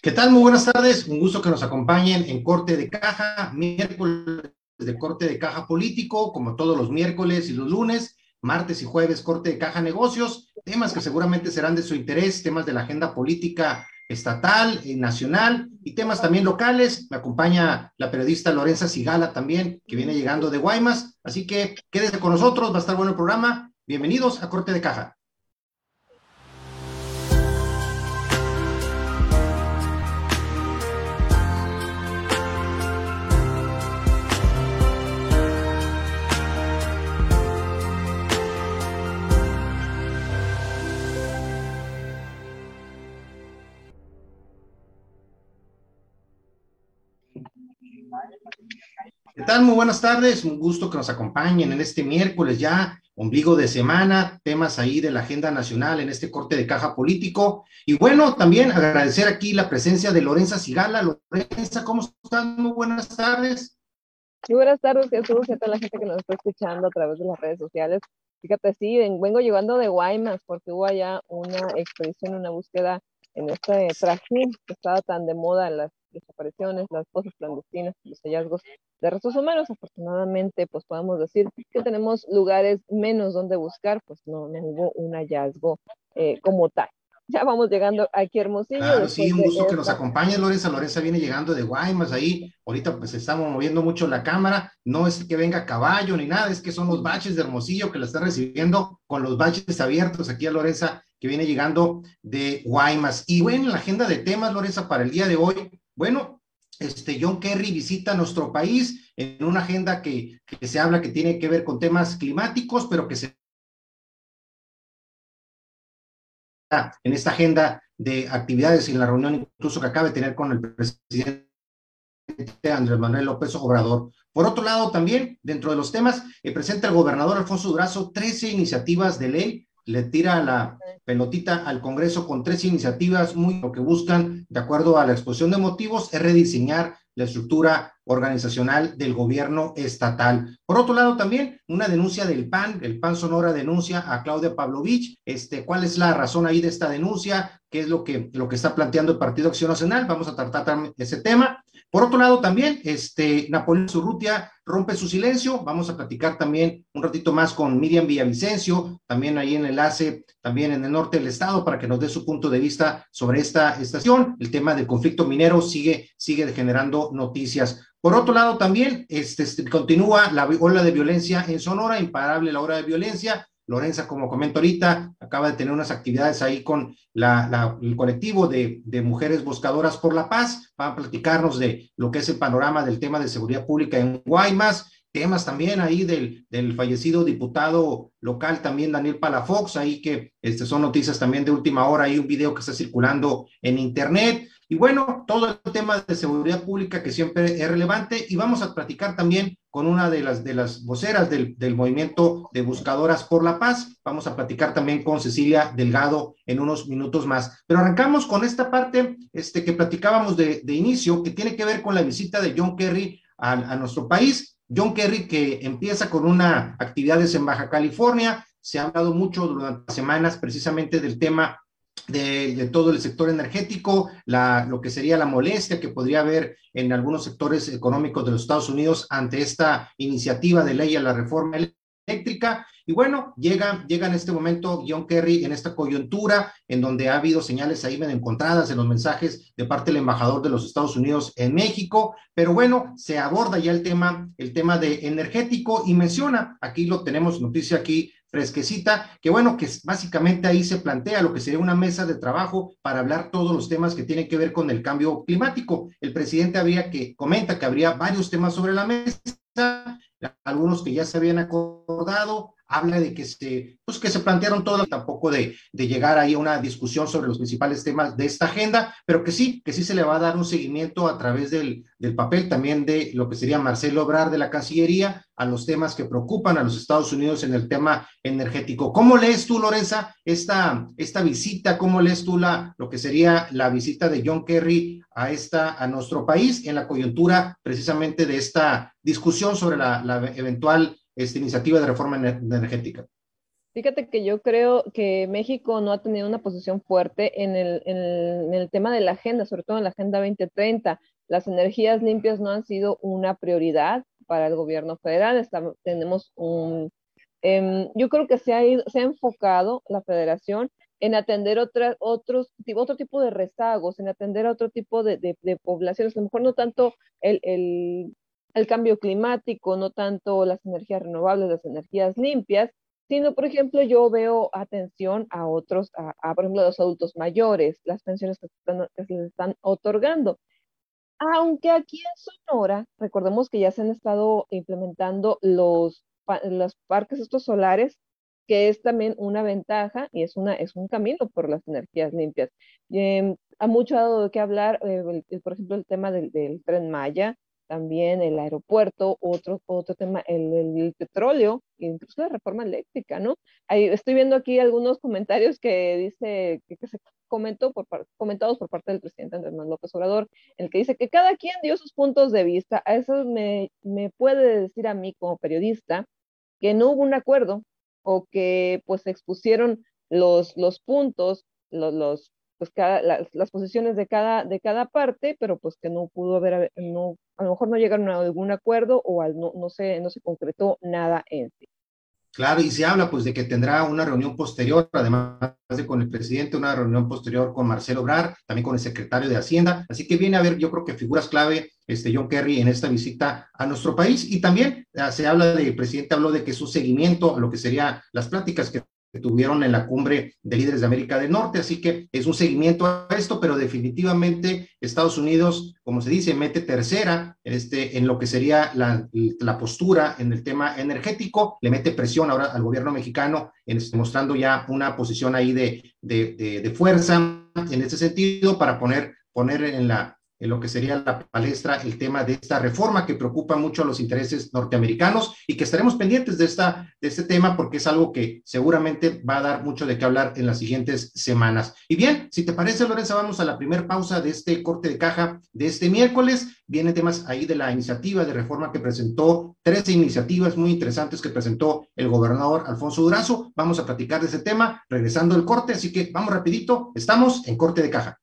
¿Qué tal? Muy buenas tardes. Un gusto que nos acompañen en Corte de Caja, miércoles de Corte de Caja Político, como todos los miércoles y los lunes, martes y jueves Corte de Caja Negocios, temas que seguramente serán de su interés, temas de la agenda política estatal, nacional y temas también locales. Me acompaña la periodista Lorenza Sigala también, que viene llegando de Guaymas, así que quédese con nosotros, va a estar bueno el programa. Bienvenidos a Corte de Caja. ¿Qué tal? Muy buenas tardes, un gusto que nos acompañen en este miércoles ya, ombligo de semana, temas ahí de la agenda nacional en este corte de caja político. Y bueno, también agradecer aquí la presencia de Lorenza Sigala. Lorenza, ¿cómo están? Muy buenas tardes. Muy buenas tardes, Jesús, y a toda la gente que nos está escuchando a través de las redes sociales. Fíjate, sí, vengo llegando de Guaymas porque hubo allá una expedición, una búsqueda en este trajín que estaba tan de moda, las desapariciones, las fosas clandestinas, los hallazgos de restos humanos. Afortunadamente, pues podemos decir que tenemos lugares menos donde buscar, pues no hubo un hallazgo como tal. Ya vamos llegando aquí a Hermosillo Claro, sí, después un de gusto que nos esta. acompañe, Lorenza. Lorenza viene llegando de Guaymas ahí. Ahorita pues estamos moviendo mucho la cámara. No es que venga a caballo ni nada, es que son los baches de Hermosillo que la está recibiendo con los baches abiertos aquí a Lorenza, que viene llegando de Guaymas. Y bueno, la agenda de temas, Lorenza, para el día de hoy, bueno, John Kerry visita nuestro país en una agenda que se habla que tiene que ver con temas climáticos, pero que se en esta agenda de actividades y en la reunión incluso que acaba de tener con el presidente Andrés Manuel López Obrador. Por otro lado, también, dentro de los temas, presenta el gobernador Alfonso Durazo 13 iniciativas de ley, le tira la pelotita al Congreso con 13 iniciativas, muy lo que buscan, de acuerdo a la exposición de motivos, es rediseñar la estructura organizacional del gobierno estatal. Por otro lado, también una denuncia del PAN, el PAN Sonora denuncia a Claudia Pavlovich, ¿cuál es la razón ahí de esta denuncia? ¿Qué es lo que está planteando el Partido Acción Nacional? Vamos a tratar ese tema. Por otro lado, también, Napoleón Urrutia rompe su silencio. Vamos a platicar también un ratito más con Miriam Villavicencio, también ahí en enlace, también en el norte del estado, para que nos dé su punto de vista sobre esta estación. El tema del conflicto minero sigue generando noticias. Por otro lado, también continúa la ola de violencia en Sonora, imparable la ola de violencia. Lorenza, como comento ahorita, acaba de tener unas actividades ahí con el colectivo de mujeres buscadoras por la paz. Van a platicarnos de lo que es el panorama del tema de seguridad pública en Guaymas, temas también ahí del fallecido diputado local también Daniel Palafox, ahí que son noticias también de última hora, hay un video que está circulando en internet. Y bueno, todo el tema de seguridad pública que siempre es relevante, y vamos a platicar también con una de las voceras del movimiento de Buscadoras por la Paz. Vamos a platicar también con Cecilia Delgado en unos minutos más. Pero arrancamos con esta parte que platicábamos de inicio, que tiene que ver con la visita de John Kerry a nuestro país. John Kerry, que empieza con una actividades en Baja California. Se ha hablado mucho durante semanas precisamente del tema de todo el sector energético, lo que sería la molestia que podría haber en algunos sectores económicos de los Estados Unidos ante esta iniciativa de ley a la reforma eléctrica. Y bueno, llega en este momento John Kerry en esta coyuntura en donde ha habido señales ahí medio encontradas en los mensajes de parte del embajador de los Estados Unidos en México, pero bueno, se aborda ya el tema de energético y menciona, aquí lo tenemos, noticia aquí fresquecita, que bueno, que básicamente ahí se plantea lo que sería una mesa de trabajo para hablar todos los temas que tienen que ver con el cambio climático. El presidente comenta que habría varios temas sobre la mesa, algunos que ya se habían acordado, habla de que se plantearon todo, tampoco de llegar ahí a una discusión sobre los principales temas de esta agenda, pero que sí se le va a dar un seguimiento a través del papel también de lo que sería Marcelo Ebrard de la Cancillería a los temas que preocupan a los Estados Unidos en el tema energético. ¿Cómo lees tú, Lorenza, esta visita? ¿Cómo lees tú lo que sería la visita de John Kerry a nuestro país en la coyuntura precisamente de esta discusión sobre la eventual iniciativa de reforma energética? Fíjate que yo creo que México no ha tenido una posición fuerte en el tema de la agenda, sobre todo en la Agenda 2030. Las energías limpias no han sido una prioridad para el gobierno federal. Tenemos yo creo que se ha enfocado la federación en atender otro tipo de rezagos, en atender a otro tipo de poblaciones, a lo mejor no tanto el cambio climático, no tanto las energías renovables, las energías limpias, sino, por ejemplo, yo veo atención a otros, por ejemplo, a los adultos mayores, las pensiones que se les están otorgando. Aunque aquí en Sonora, recordemos que ya se han estado implementando los parques estos solares, que es también una ventaja y es un camino por las energías limpias. Ha mucho dado de qué hablar, por ejemplo, el tema del Tren Maya, también el aeropuerto, otro tema, el petróleo, e incluso la reforma eléctrica, ¿no? Ahí estoy viendo aquí algunos comentarios que dice que se comentados por parte del presidente Andrés Manuel López Obrador, el que dice que cada quien dio sus puntos de vista. A eso me puede decir a mí como periodista que no hubo un acuerdo o que pues se expusieron los puntos, pues las posiciones de cada parte, pero pues que no pudo haber, no, a lo mejor no llegaron a algún acuerdo o no se concretó nada en sí. Claro, y se habla pues de que tendrá una reunión posterior, además de con el presidente, una reunión posterior con Marcelo Ebrard, también con el secretario de Hacienda, así que viene a ver, yo creo que figuras clave, John Kerry, en esta visita a nuestro país, y también se habla el presidente habló de que su seguimiento a lo que serían las pláticas que tuvieron en la cumbre de líderes de América del Norte, así que es un seguimiento a esto, pero definitivamente Estados Unidos, como se dice, mete tercera en lo que sería la postura en el tema energético, le mete presión ahora al gobierno mexicano, mostrando ya una posición ahí de fuerza en ese sentido para poner en lo que sería la palestra el tema de esta reforma que preocupa mucho a los intereses norteamericanos y que estaremos pendientes de este tema porque es algo que seguramente va a dar mucho de qué hablar en las siguientes semanas. Y bien, si te parece, Lorenza, vamos a la primera pausa de este corte de caja de este miércoles. Vienen temas ahí de la iniciativa de reforma que presentó, 13 iniciativas muy interesantes que presentó el gobernador Alfonso Durazo. Vamos a platicar de ese tema regresando al corte, así que vamos rapidito, estamos en corte de caja.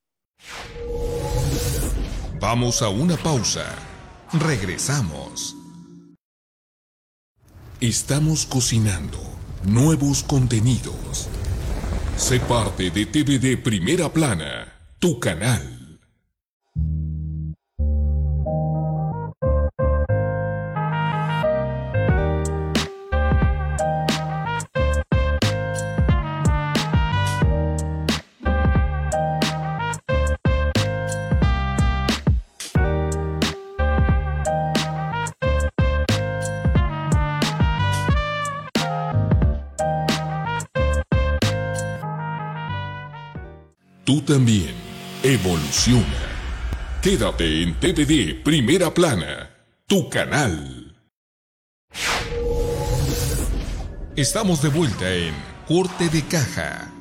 Vamos a una pausa. Regresamos. Estamos cocinando nuevos contenidos. Sé parte de TVD Primera Plana, tu canal. Tú también evoluciona. Quédate en TVD Primera Plana, tu canal. Estamos de vuelta en Corte de Caja.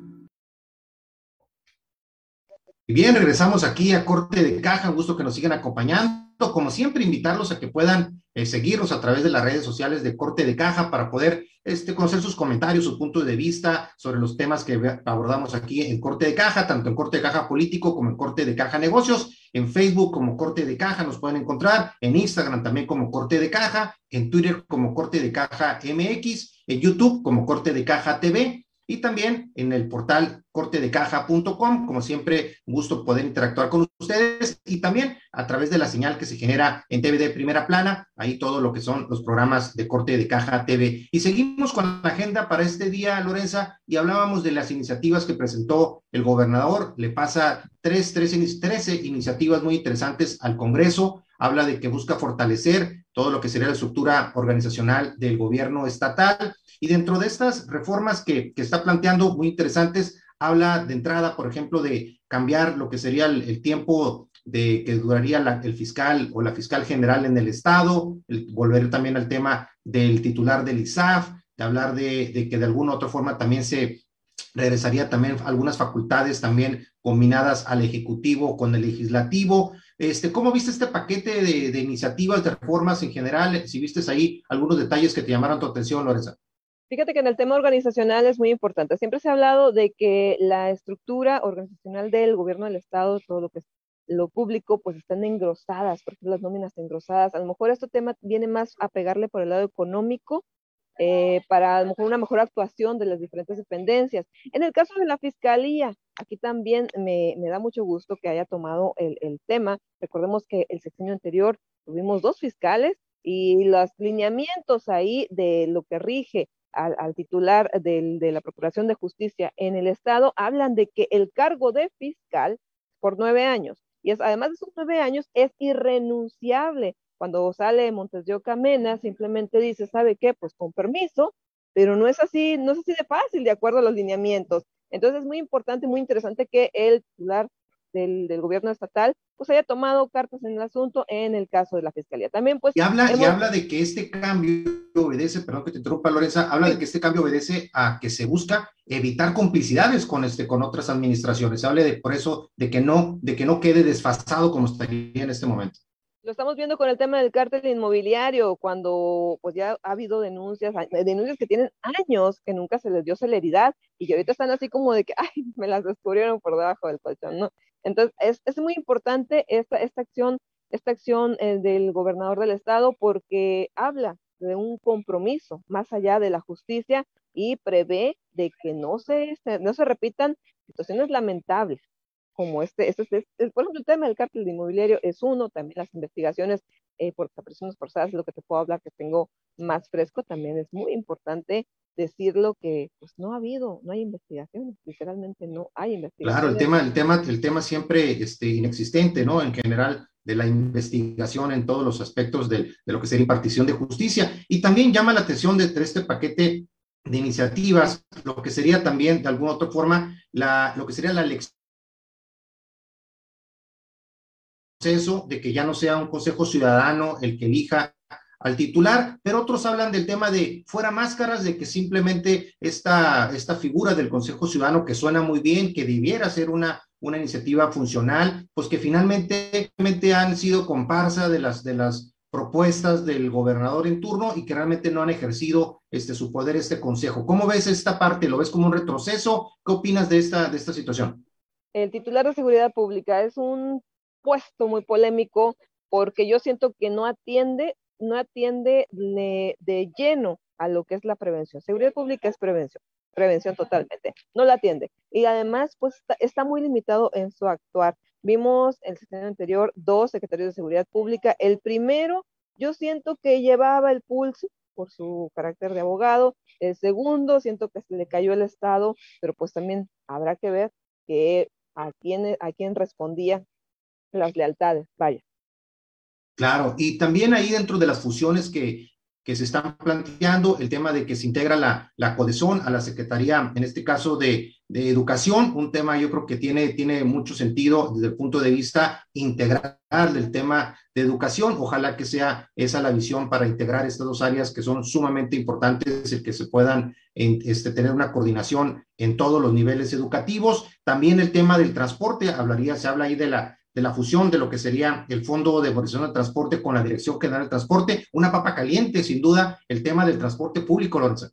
Y bien, regresamos aquí a Corte de Caja, un gusto que nos sigan acompañando. Como siempre, invitarlos a que puedan seguirnos a través de las redes sociales de Corte de Caja para poder conocer sus comentarios, su punto de vista sobre los temas que abordamos aquí en Corte de Caja, tanto en Corte de Caja Político como en Corte de Caja Negocios, en Facebook como Corte de Caja nos pueden encontrar, en Instagram también como Corte de Caja, en Twitter como Corte de Caja MX, en YouTube como Corte de Caja TV, y también en el portal cortedecaja.com. Como siempre, un gusto poder interactuar con ustedes y también a través de la señal que se genera en TVD Primera Plana, ahí todo lo que son los programas de Corte de Caja TV. Y seguimos con la agenda para este día, Lorenza, y hablábamos de las iniciativas que presentó el gobernador. Le pasa 13 iniciativas muy interesantes al Congreso. Habla de que busca fortalecer todo lo que sería la estructura organizacional del gobierno estatal. Y dentro de estas reformas que está planteando, muy interesantes, habla de entrada, por ejemplo, de cambiar lo que sería el tiempo que duraría el fiscal o la fiscal general en el Estado, volver también al tema del titular del ISAF, de hablar de que de alguna u otra forma también se regresaría también algunas facultades también combinadas al Ejecutivo con el Legislativo. ¿Cómo viste este paquete de iniciativas, de reformas en general? Si viste ahí algunos detalles que te llamaron tu atención, Lorenza. Fíjate que en el tema organizacional es muy importante. Siempre se ha hablado de que la estructura organizacional del gobierno del Estado, todo lo que es lo público, pues están engrosadas, por ejemplo, las nóminas engrosadas. A lo mejor este tema viene más a pegarle por el lado económico, para a lo mejor una mejor actuación de las diferentes dependencias. En el caso de la Fiscalía, aquí también me da mucho gusto que haya tomado el tema. Recordemos que el sexenio anterior tuvimos 2 fiscales y los lineamientos ahí de lo que rige al titular de la Procuración de Justicia en el Estado hablan de que el cargo de fiscal por 9 años, y además de esos 9 años, es irrenunciable. Cuando sale Montes de Oca Mena, simplemente dice, ¿sabe qué? Pues con permiso, pero no es así, no es así de fácil, de acuerdo a los lineamientos. Entonces es muy importante, muy interesante que el titular del gobierno estatal pues haya tomado cartas en el asunto en el caso de la Fiscalía. También pues y habla de que este cambio obedece, perdón que te interrumpa Lorenza, habla de que este cambio obedece a que se busca evitar complicidades con otras administraciones. Habla de por eso de que no quede desfasado como estaría en este momento. Lo estamos viendo con el tema del cártel inmobiliario, cuando pues ya ha habido denuncias que tienen años, que nunca se les dio celeridad y que ahorita están así como de que, ay, me las descubrieron por debajo del colchón, ¿no? Entonces, es muy importante esta acción del gobernador del estado, porque habla de un compromiso más allá de la justicia y prevé de que no se repitan situaciones lamentables como por ejemplo, el tema del cártel de inmobiliario es uno, también las investigaciones por desapariciones forzadas, lo que te puedo hablar que tengo más fresco, también es muy importante decirlo que pues no hay investigaciones, literalmente no hay Claro, investigaciones. el tema siempre inexistente, ¿no? En general de la investigación en todos los aspectos de lo que sería impartición de justicia. Y también llama la atención de este paquete de iniciativas, lo que sería también, de alguna otra forma, lo que sería la elección de que ya no sea un consejo ciudadano el que elija al titular, pero otros hablan del tema de fuera máscaras, de que simplemente esta figura del Consejo Ciudadano, que suena muy bien, que debiera ser una iniciativa funcional, pues que finalmente han sido comparsa de las propuestas del gobernador en turno y que realmente no han ejercido su poder este consejo. ¿Cómo ves esta parte? ¿Lo ves como un retroceso? ¿Qué opinas de esta situación? El titular de Seguridad Pública es un puesto muy polémico porque yo siento que no atiende de lleno a lo que es la prevención. Seguridad Pública es prevención totalmente, no la atiende. Y además, pues está muy limitado en su actuar. Vimos el sexenio anterior 2 secretarios de Seguridad Pública. El primero, yo siento que llevaba el pulso por su carácter de abogado. El segundo, siento que se le cayó el Estado, pero pues también habrá que ver que a quién respondía las lealtades, vaya. Claro, y también ahí dentro de las fusiones que se están planteando, el tema de que se integra la CODESON a la Secretaría, en este caso de Educación, un tema yo creo que tiene mucho sentido desde el punto de vista integral del tema de educación. Ojalá que sea esa la visión para integrar estas dos áreas que son sumamente importantes, el que se puedan tener una coordinación en todos los niveles educativos. También el tema del transporte, se habla ahí de la fusión de lo que sería el Fondo de Modernización del Transporte con la Dirección General de Transporte, una papa caliente, sin duda, el tema del transporte público, Lorenzo.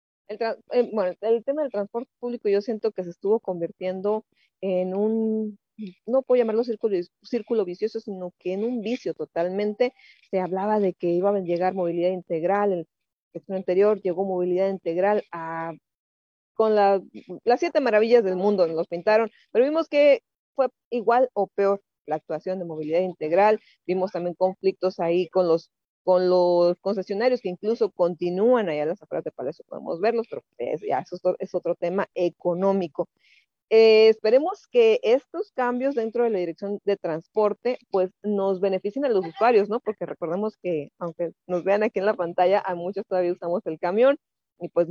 Bueno, el tema del transporte público yo siento que se estuvo convirtiendo en no puedo llamarlo círculo vicioso, sino que en un vicio totalmente. Se hablaba de que iba a llegar movilidad integral, el sexenio anterior llegó movilidad integral con las 7 maravillas del mundo, nos pintaron, pero vimos que fue igual o peor la actuación de movilidad integral. Vimos también conflictos ahí con los concesionarios que incluso continúan allá en las afueras de Palacio, podemos verlos, pero ya eso es otro tema económico. Esperemos que estos cambios dentro de la dirección de transporte pues nos beneficien a los usuarios, ¿no? Porque recordemos que aunque nos vean aquí en la pantalla, a muchos todavía usamos el camión y pues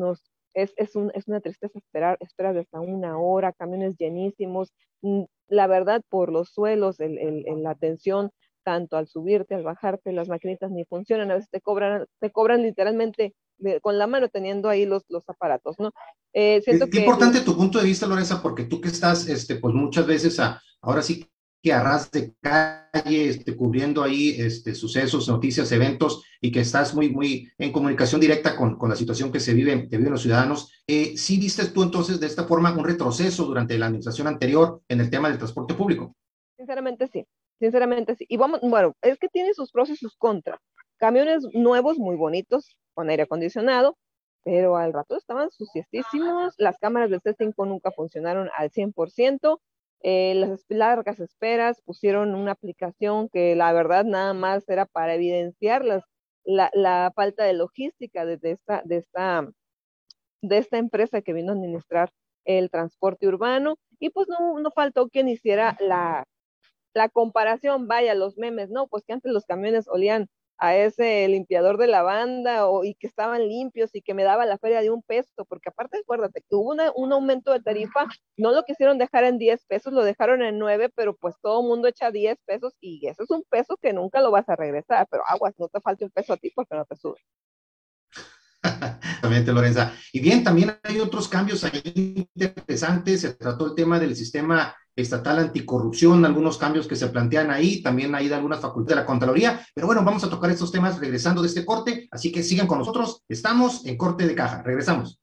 es una tristeza esperar de hasta 1 hora, camiones llenísimos. La verdad, por los suelos, la atención, tanto al subirte, al bajarte, las maquinitas ni funcionan, a veces te cobran literalmente con la mano teniendo ahí los aparatos, ¿no? Siento Qué que importante tu punto de vista, Lorenza, porque tú que estás, pues muchas veces ahora sí que a ras de calle, cubriendo ahí sucesos, noticias, eventos, y que estás muy en comunicación directa con la situación que viven los ciudadanos. ¿Sí viste tú entonces de esta forma un retroceso durante la administración anterior en el tema del transporte público? Sinceramente sí, sinceramente sí. Y vamos, bueno, es que tiene sus pros y sus contras. Camiones nuevos, muy bonitos, con aire acondicionado, pero al rato estaban suciísimos, las cámaras del C5 nunca funcionaron al 100%, las largas esperas, pusieron una aplicación que la verdad nada más era para evidenciar la falta de logística de esta empresa que vino a administrar el transporte urbano, y pues no faltó quien hiciera la comparación, vaya, los memes, ¿no? Pues que antes los camiones olían a ese limpiador de lavanda y que estaban limpios y que me daba la feria de $1, porque aparte acuérdate que hubo un aumento de tarifa, no lo quisieron dejar en $10, lo dejaron en 9, pero pues todo el mundo echa $10 y ese es $1 que nunca lo vas a regresar, pero aguas, no te falte $1 a ti porque no te sube. Exactamente, Lorenza. Y bien, también hay otros cambios ahí interesantes. Se trató el tema del sistema estatal anticorrupción, algunos cambios que se plantean ahí, también hay de algunas facultades de la Contraloría, pero bueno, vamos a tocar estos temas regresando de este corte, así que sigan con nosotros, estamos en corte de caja, regresamos.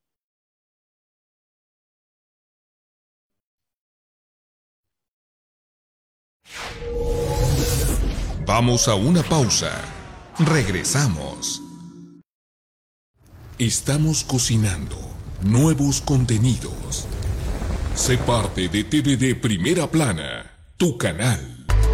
Vamos a una pausa. Regresamos. Estamos cocinando nuevos contenidos. Sé parte de TVD Primera Plana, tu canal.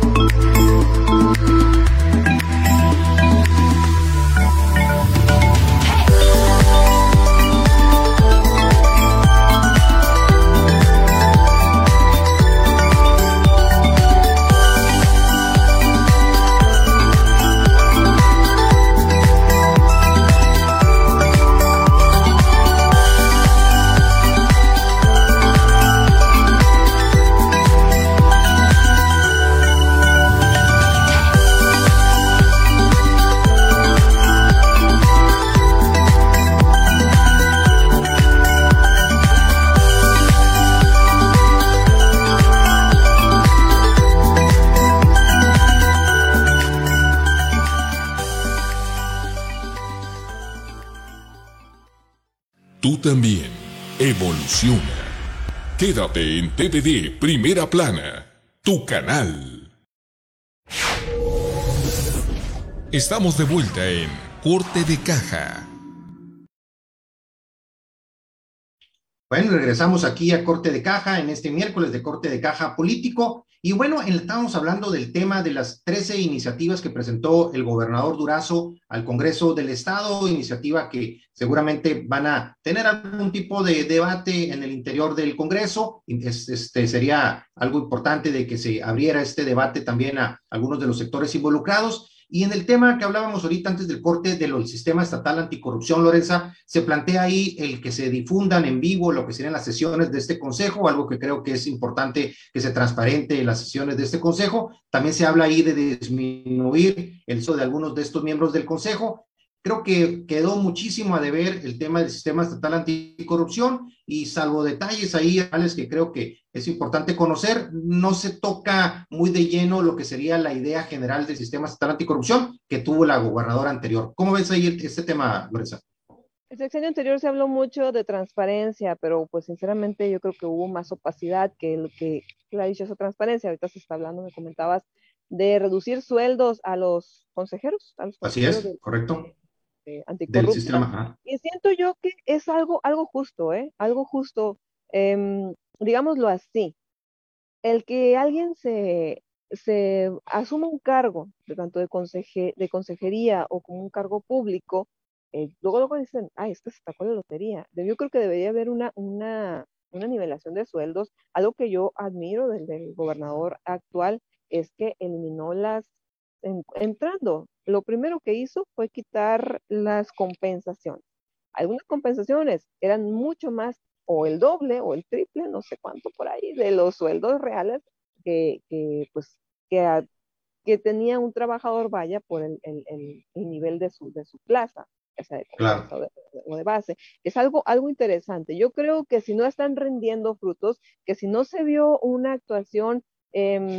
Tú también evoluciona. Quédate en TVD Primera Plana, tu canal. Estamos de vuelta en Corte de Caja. Bueno, regresamos aquí a Corte de Caja en este miércoles de Corte de Caja Político. Y bueno, estamos hablando del tema de las 13 iniciativas que presentó el gobernador Durazo al Congreso del Estado, iniciativa que seguramente van a tener algún tipo de debate en el interior del Congreso. Sería algo importante de que se abriera este debate también a algunos de los sectores involucrados. Y en el tema que hablábamos ahorita antes del corte del sistema estatal anticorrupción, Lorenza, se plantea ahí el que se difundan en vivo lo que serían las sesiones de este consejo, algo que creo que es importante que se transparente en las sesiones de este consejo. También se habla ahí de disminuir el uso de algunos de estos miembros del consejo. Creo que quedó muchísimo a deber el tema del sistema estatal anticorrupción y salvo detalles ahí que creo que es importante conocer, no se toca muy de lleno lo que sería la idea general del sistema estatal anticorrupción que tuvo la gobernadora anterior. ¿Cómo ves ahí este tema, Lorenza? El sexenio anterior se habló mucho de transparencia, pero pues sinceramente yo creo que hubo más opacidad que lo que la dichosa transparencia. Ahorita se está hablando, me comentabas, de reducir sueldos a los consejeros, Así es, correcto. Del anticorrupción. sistema. Y siento yo que es algo justo, algo justo, digámoslo así. El que alguien se asuma un cargo, de tanto de consejería o como un cargo público, luego dicen, ay, es que se sacó la lotería. Yo creo que debería haber una nivelación de sueldos. Algo que yo admiro del gobernador actual es que eliminó entrando, lo primero que hizo fue quitar las compensaciones. Algunas compensaciones eran mucho más, o el doble, o el triple, no sé cuánto por ahí, de los sueldos reales pues, que tenía un trabajador, vaya, por el nivel de su plaza, ya sea de confianza Claro. o de base. Es algo interesante. Yo creo que si no están rindiendo frutos, que si no se vio una actuación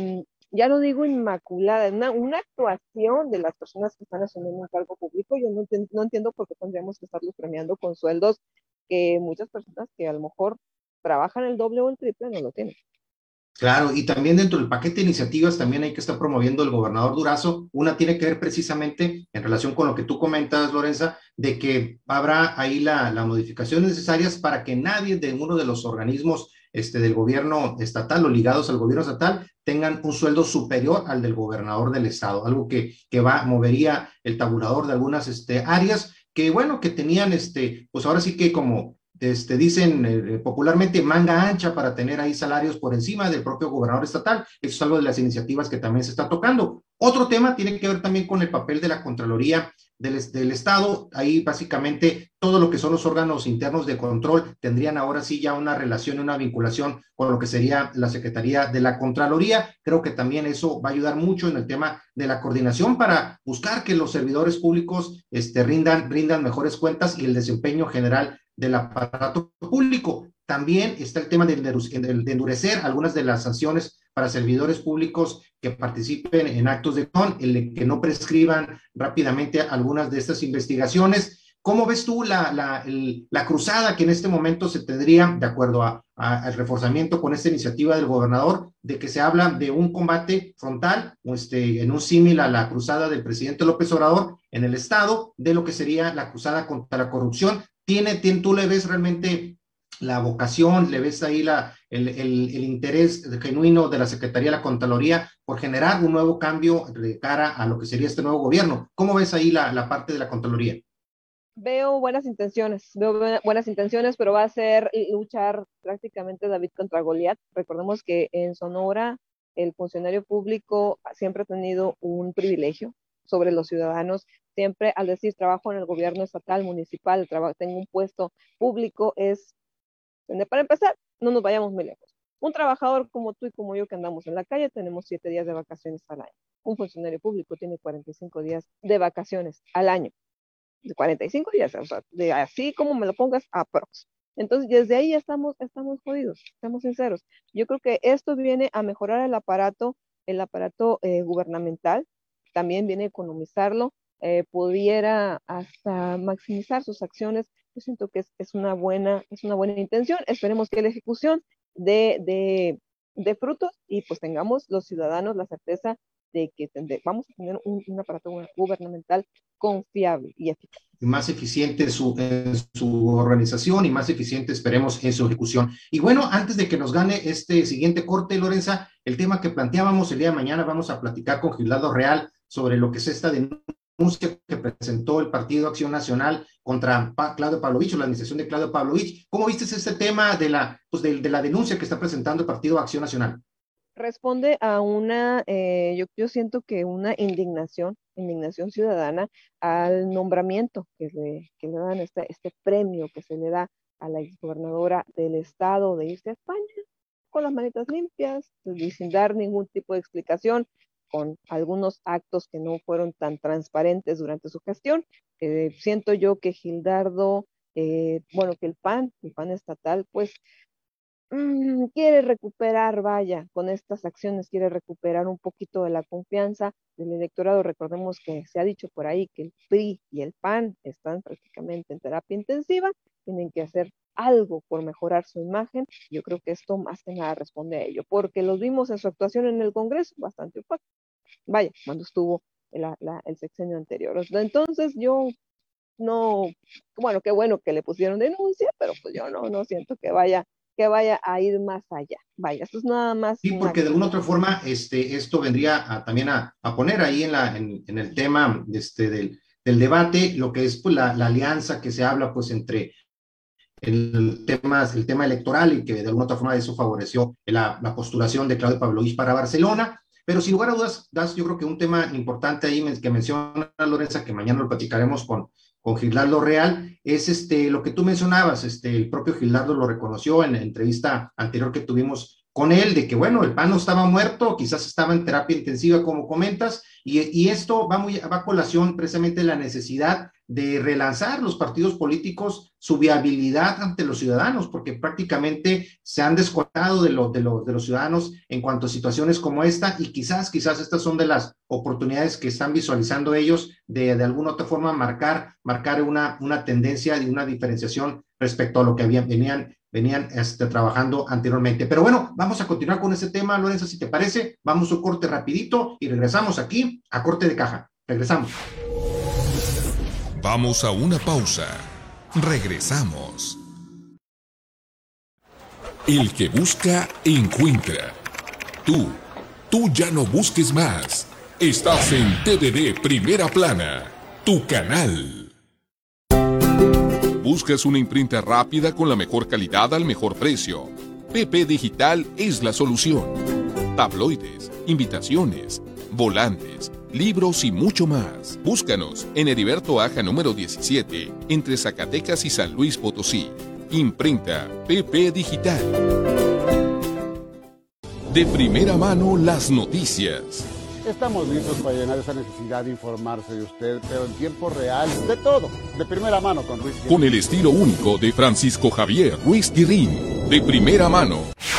ya no digo inmaculada, una actuación de las personas que están asumiendo un cargo público. Yo no entiendo por qué tendríamos que estarlos premiando con sueldos que muchas personas que a lo mejor trabajan el doble o el triple no lo tienen. Claro, y también dentro del paquete de iniciativas también hay que estar promoviendo el gobernador Durazo. Una tiene que ver precisamente en relación con lo que tú comentas, Lorenza, de que habrá ahí la modificación necesarias para que nadie de uno de los organismos del gobierno estatal o ligados al gobierno estatal tengan un sueldo superior al del gobernador del estado, algo que movería el tabulador de algunas áreas que, bueno, que tenían, pues ahora sí que como dicen popularmente manga ancha para tener ahí salarios por encima del propio gobernador estatal. Eso es algo de las iniciativas que también se está tocando. Otro tema tiene que ver también con el papel de la Contraloría del Estado. Ahí básicamente todo lo que son los órganos internos de control tendrían ahora sí ya una relación, una vinculación con lo que sería la Secretaría de la Contraloría. Creo que también eso va a ayudar mucho en el tema de la coordinación para buscar que los servidores públicos rindan mejores cuentas y el desempeño general del aparato público. También está el tema de endurecer algunas de las sanciones para servidores públicos que participen en actos de corrupción, el que no prescriban rápidamente algunas de estas investigaciones. ¿Cómo ves tú la cruzada que en este momento se tendría, de acuerdo al reforzamiento con esta iniciativa del gobernador, de que se habla de un combate frontal, en un símil a la cruzada del presidente López Obrador en el estado, de lo que sería la cruzada contra la corrupción? ¿Tú le ves realmente la vocación, le ves ahí el interés genuino de la Secretaría de la Contraloría por generar un nuevo cambio de cara a lo que sería este nuevo gobierno? ¿Cómo ves ahí la parte de la Contraloría? Veo buenas intenciones, pero va a ser luchar prácticamente David contra Goliat. Recordemos que en Sonora el funcionario público siempre ha tenido un privilegio sobre los ciudadanos. Siempre al decir trabajo en el gobierno estatal, municipal, tengo un puesto público, es, para empezar, no nos vayamos muy lejos. Un trabajador como tú y como yo que andamos en la calle tenemos 7 días de vacaciones al año. Un funcionario público tiene 45 días de vacaciones al año. De 45 días, o sea, de así como me lo pongas, aprox. Entonces, desde ahí estamos jodidos, estamos sinceros. Yo creo que esto viene a mejorar el aparato gubernamental, también viene a economizarlo, pudiera hasta maximizar sus acciones. Yo siento que es una buena intención. Esperemos que la ejecución de frutos y pues tengamos los ciudadanos la certeza de que vamos a tener un aparato gubernamental confiable y eficaz. Y más eficiente en su organización y más eficiente, esperemos, en su ejecución. Y bueno, antes de que nos gane este siguiente corte, Lorenza, el tema que planteábamos el día de mañana, vamos a platicar con Gildardo Real sobre lo que es esta denuncia que presentó el Partido Acción Nacional contra Claudio Pavlovich, o la administración de Claudio Pavlovich. ¿Cómo viste este tema de la denuncia que está presentando el Partido Acción Nacional? Responde a yo siento que una indignación ciudadana al nombramiento que le dan este premio que se le da a la exgobernadora del estado de irse a España con las manitas limpias y sin dar ningún tipo de explicación, con algunos actos que no fueron tan transparentes durante su gestión. Siento yo que Gildardo, que el PAN estatal, pues quiere recuperar, con estas acciones quiere recuperar un poquito de la confianza del electorado. Recordemos que se ha dicho por ahí que el PRI y el PAN están prácticamente en terapia intensiva, tienen que hacer algo por mejorar su imagen. Yo creo que esto más que nada responde a ello, porque los vimos en su actuación en el Congreso bastante opaco, cuando estuvo el sexenio anterior. Entonces yo no, qué bueno que le pusieron denuncia, pero pues yo no siento que vaya a ir más allá. Esto es nada más. Sí, porque de alguna otra forma esto vendría también a poner ahí en el tema del debate lo que es pues, la alianza que se habla pues entre el tema electoral, y que de alguna otra forma eso favoreció la postulación de Claudio Pavlovich para Barcelona. Pero sin lugar a dudas, yo creo que un tema importante ahí que menciona Lorenza, que mañana lo platicaremos con Gildardo Real, es lo que tú mencionabas. El propio Gildardo lo reconoció en la entrevista anterior que tuvimos con él, de que bueno, el PAN no estaba muerto, quizás estaba en terapia intensiva como comentas, Y esto va a colación precisamente de la necesidad de relanzar los partidos políticos su viabilidad ante los ciudadanos, porque prácticamente se han descontado de los ciudadanos en cuanto a situaciones como esta, y quizás estas son de las oportunidades que están visualizando ellos de alguna otra forma marcar una tendencia y una diferenciación respecto a lo que venían trabajando anteriormente. Pero bueno, vamos a continuar con ese tema, Lorenza, si te parece. Vamos a un corte rapidito y regresamos aquí a Corte de Caja. Regresamos. Vamos a una pausa. Regresamos. El que busca, encuentra. Tú ya no busques más. Estás en TVD Primera Plana, tu canal. ¿Buscas una imprenta rápida con la mejor calidad al mejor precio? PP Digital es la solución. Tabloides, invitaciones, volantes, libros y mucho más. Búscanos en Heriberto Aja número 17, entre Zacatecas y San Luis Potosí. Imprenta PP Digital. De primera mano las noticias. Estamos listos para llenar esa necesidad de informarse de usted, pero en tiempo real, de todo, de primera mano con Ruiz Guirrín. Con el estilo único de Francisco Javier Ruiz Guirrín, de primera mano.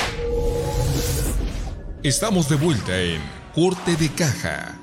Estamos de vuelta en Corte de Caja.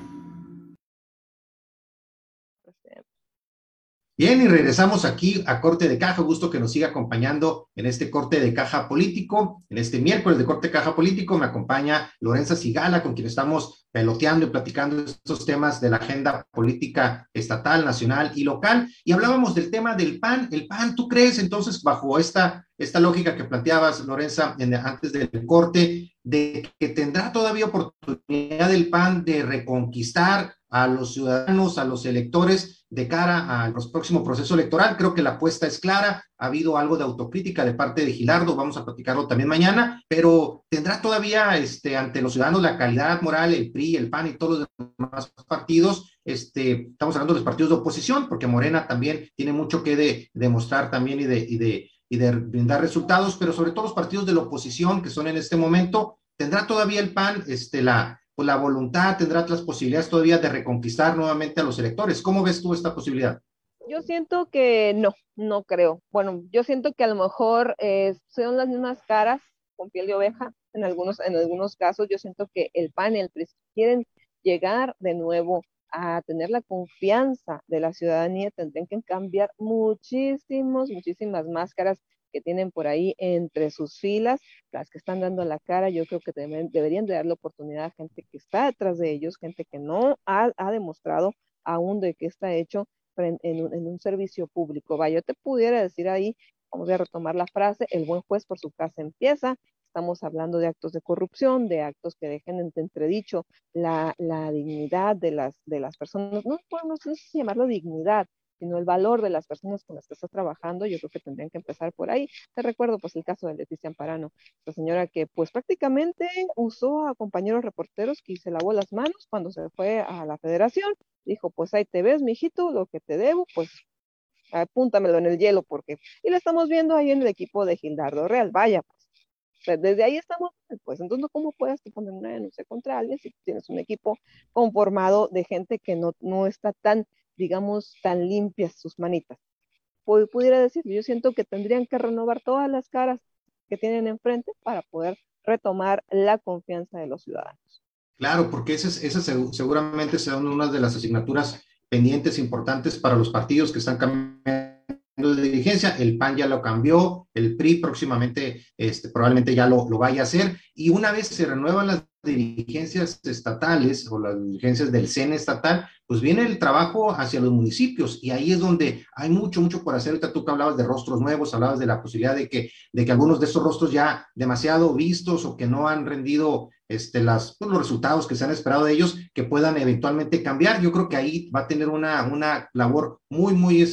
Bien, y regresamos aquí a Corte de Caja. Gusto que nos siga acompañando en este Corte de Caja político. En este miércoles de Corte de Caja político me acompaña Lorenza Sigala, con quien estamos peloteando y platicando estos temas de la agenda política estatal, nacional y local. Y hablábamos del tema del PAN. El PAN, ¿tú crees entonces, bajo esta lógica que planteabas, Lorenza, antes del corte, de que tendrá todavía oportunidad el PAN de reconquistar a los ciudadanos, a los electores, de cara al próximo proceso electoral? Creo que la apuesta es clara. Ha habido algo de autocrítica de parte de Gilardo, vamos a platicarlo también mañana, pero ¿tendrá todavía ante los ciudadanos la calidad moral, el PRI, el PAN y todos los demás partidos? Estamos hablando de los partidos de oposición, porque Morena también tiene mucho que demostrar también y de brindar resultados, pero sobre todo los partidos de la oposición que son en este momento. ¿Tendrá todavía el PAN la voluntad, tendrá las posibilidades todavía de reconquistar nuevamente a los electores? ¿Cómo ves tú esta posibilidad? Yo siento que no creo. Bueno, yo siento que a lo mejor son las mismas caras con piel de oveja en algunos casos. Yo siento que el PAN y el PRI quieren llegar de nuevo a tener la confianza de la ciudadanía, tendrían que cambiar muchísimas máscaras que tienen por ahí entre sus filas, las que están dando la cara. Yo creo que deberían de dar la oportunidad a gente que está detrás de ellos, gente que no ha demostrado aún de qué está hecho en un servicio público. Vaya, yo te pudiera decir ahí, vamos a retomar la frase, el buen juez por su casa empieza. Estamos hablando de actos de corrupción, de actos que dejen en entredicho la dignidad de las personas. No sé si llamarlo dignidad, sino el valor de las personas con las que estás trabajando. Yo creo que tendrían que empezar por ahí. Te recuerdo pues el caso de Leticia Amparano, esta señora que pues prácticamente usó a compañeros reporteros que se lavó las manos cuando se fue a la federación. Dijo, pues ahí te ves, mijito, lo que te debo, pues apúntamelo en el hielo, porque, y lo estamos viendo ahí en el equipo de Gildardo Real. Vaya, pues, o sea, desde ahí estamos, pues entonces, ¿cómo puedes poner una denuncia contra alguien si tienes un equipo conformado de gente que no está tan, digamos, tan limpias sus manitas? Pudiera decir, yo siento que tendrían que renovar todas las caras que tienen enfrente para poder retomar la confianza de los ciudadanos. Claro, porque esa seguramente será una de las asignaturas pendientes importantes para los partidos que están cambiando de dirigencia. El PAN ya lo cambió, el PRI próximamente probablemente ya lo vaya a hacer, y una vez se renuevan las dirigencias estatales o las dirigencias del CEN estatal, pues viene el trabajo hacia los municipios, y ahí es donde hay mucho por hacer. Ahorita tú que hablabas de rostros nuevos, hablabas de la posibilidad de que algunos de esos rostros ya demasiado vistos o que no han rendido los resultados que se han esperado de ellos, que puedan eventualmente cambiar. Yo creo que ahí va a tener una labor muy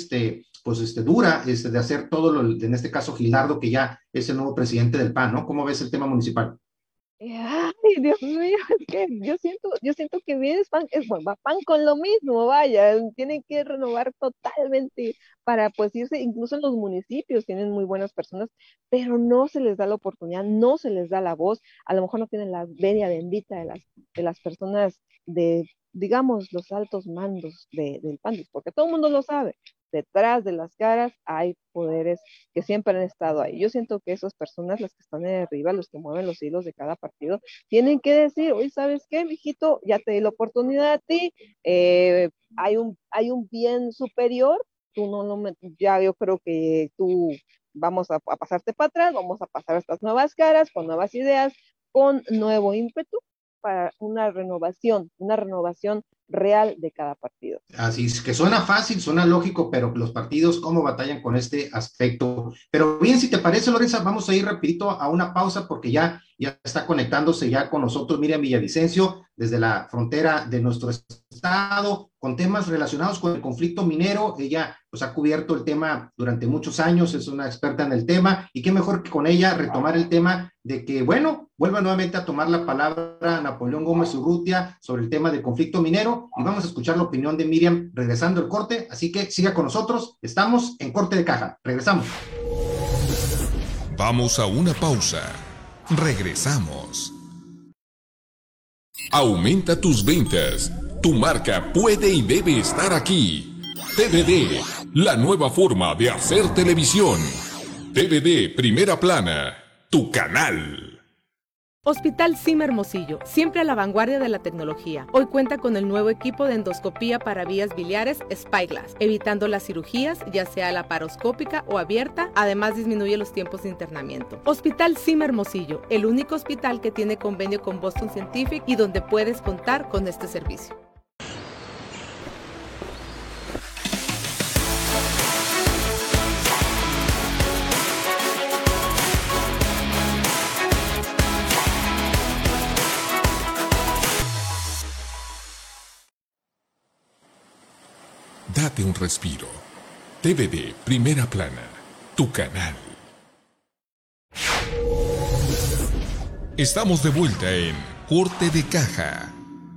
dura, de hacer todo en este caso Gilardo, que ya es el nuevo presidente del PAN, ¿no? ¿Cómo ves el tema municipal? Ay, Dios mío, es que yo siento que vienes PAN, va PAN con lo mismo, vaya, tienen que renovar totalmente para pues irse. Incluso en los municipios tienen muy buenas personas, pero no se les da la oportunidad, no se les da la voz. A lo mejor no tienen la venia bendita de las personas digamos, los altos mandos del PAN, porque todo el mundo lo sabe, detrás de las caras hay poderes que siempre han estado ahí. Yo siento que esas personas, las que están ahí arriba, los que mueven los hilos de cada partido, tienen que decir, oye, ¿sabes qué, mijito? Ya te di la oportunidad a ti, hay un bien superior, tú ya yo creo que tú vamos a pasarte para atrás, vamos a pasar estas nuevas caras, con nuevas ideas, con nuevo ímpetu para una renovación real de cada partido. Así es que suena fácil, suena lógico, pero los partidos cómo batallan con este aspecto. Pero bien, si te parece, Lorenza, vamos a ir rapidito a una pausa porque ya está conectándose ya con nosotros Miriam Villavicencio desde la frontera de nuestro estado con temas relacionados con el conflicto minero. Ella pues ha cubierto el tema durante muchos años, es una experta en el tema y qué mejor que con ella retomar el tema de que, bueno, vuelva nuevamente a tomar la palabra Napoleón Gómez Urrutia sobre el tema del conflicto minero y vamos a escuchar la opinión de Miriam regresando al corte, así que siga con nosotros, estamos en Corte de Caja, regresamos. Vamos a una pausa, regresamos. Aumenta tus ventas, tu marca puede y debe estar aquí. TVD, la nueva forma de hacer televisión. TVD Primera Plana, tu canal. Hospital CIM Hermosillo, siempre a la vanguardia de la tecnología. Hoy cuenta con el nuevo equipo de endoscopía para vías biliares Spyglass, evitando las cirugías, ya sea laparoscópica o abierta, además disminuye los tiempos de internamiento. Hospital CIM Hermosillo, el único hospital que tiene convenio con Boston Scientific y donde puedes contar con este servicio. Date un respiro. TVD Primera Plana, tu canal. Estamos de vuelta en Corte de Caja.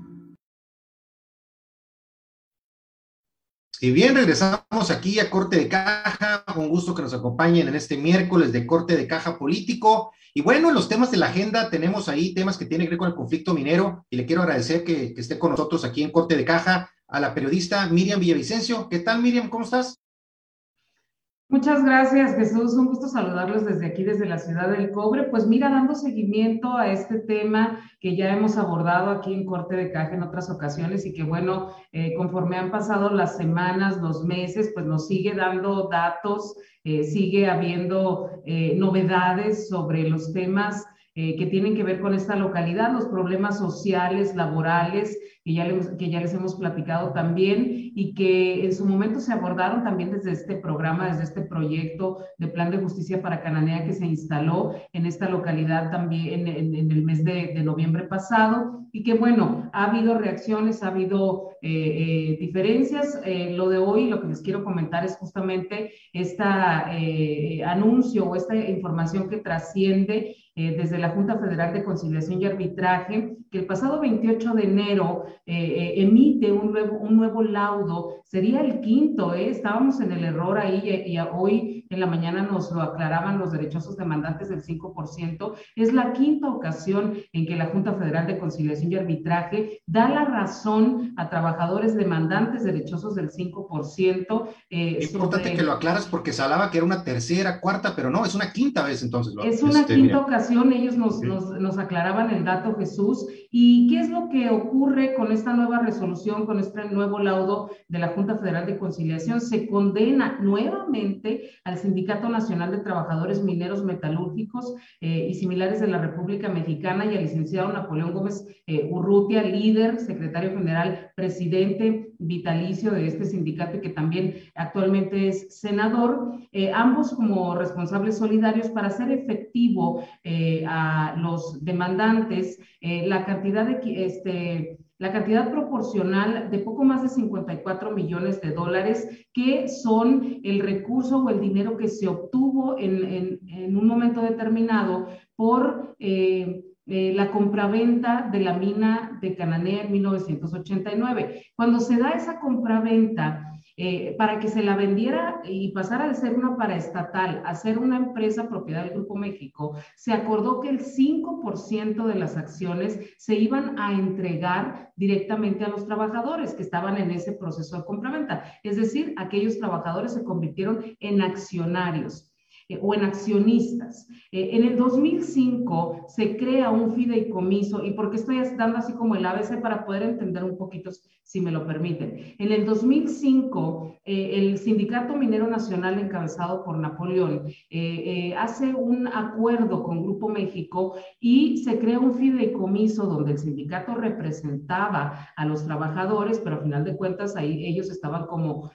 Y bien, regresamos aquí a Corte de Caja. Un gusto que nos acompañen en este miércoles de Corte de Caja Político. Y bueno, en los temas de la agenda tenemos ahí temas que tienen que ver con el conflicto minero y le quiero agradecer que esté con nosotros aquí en Corte de Caja a la periodista Miriam Villavicencio. ¿Qué tal, Miriam? ¿Cómo estás? Muchas gracias, Jesús. Un gusto saludarlos desde aquí, desde la ciudad del Cobre. Pues mira, dando seguimiento a este tema que ya hemos abordado aquí en Corte de Caja en otras ocasiones y que bueno, conforme han pasado las semanas, los meses, pues nos sigue dando datos, sigue habiendo novedades sobre los temas que tienen que ver con esta localidad, los problemas sociales, laborales, que ya les hemos platicado también y que en su momento se abordaron también desde este programa, desde este proyecto de Plan de Justicia para Cananea que se instaló en esta localidad también en el mes de noviembre pasado y que bueno, ha habido reacciones, ha habido diferencias. Lo de hoy, lo que les quiero comentar es justamente este anuncio o esta información que trasciende desde la Junta Federal de Conciliación y Arbitraje, que el pasado 28 de enero emite un nuevo laudo, sería el quinto, estábamos en el error ahí y hoy en la mañana nos lo aclaraban los derechosos demandantes del 5%, es la quinta ocasión en que la Junta Federal de Conciliación y Arbitraje da la razón a trabajadores demandantes derechosos del 5%. Es importante que lo aclaras porque se hablaba que era una tercera, cuarta, pero no, es una quinta vez entonces. Es una quinta ocasión, ellos nos aclaraban el dato, Jesús. ¿Y qué es lo que ocurre con esta nueva resolución, con este nuevo laudo de la Junta Federal de Conciliación? Se condena nuevamente al Sindicato Nacional de Trabajadores Mineros Metalúrgicos y similares de la República Mexicana y al licenciado Napoleón Gómez Urrutia, líder, secretario general, presidente vitalicio de este sindicato y que también actualmente es senador, ambos como responsables solidarios para hacer efectivo a los demandantes la cantidad proporcional de poco más de 54 millones de dólares, que son el recurso o el dinero que se obtuvo en un momento determinado por la compraventa de la mina de Cananea en 1989. Cuando se da esa compraventa, para que se la vendiera y pasara de ser una paraestatal a ser una empresa propiedad del Grupo México, se acordó que el 5% de las acciones se iban a entregar directamente a los trabajadores que estaban en ese proceso de compraventa. Es decir, aquellos trabajadores se convirtieron en accionarios o en accionistas. En el 2005 se crea un fideicomiso, y porque estoy dando así como el ABC para poder entender un poquito, si me lo permiten. En el 2005, el Sindicato Minero Nacional, encabezado por Napoleón, hace un acuerdo con Grupo México y se crea un fideicomiso donde el sindicato representaba a los trabajadores, pero a final de cuentas ahí ellos estaban como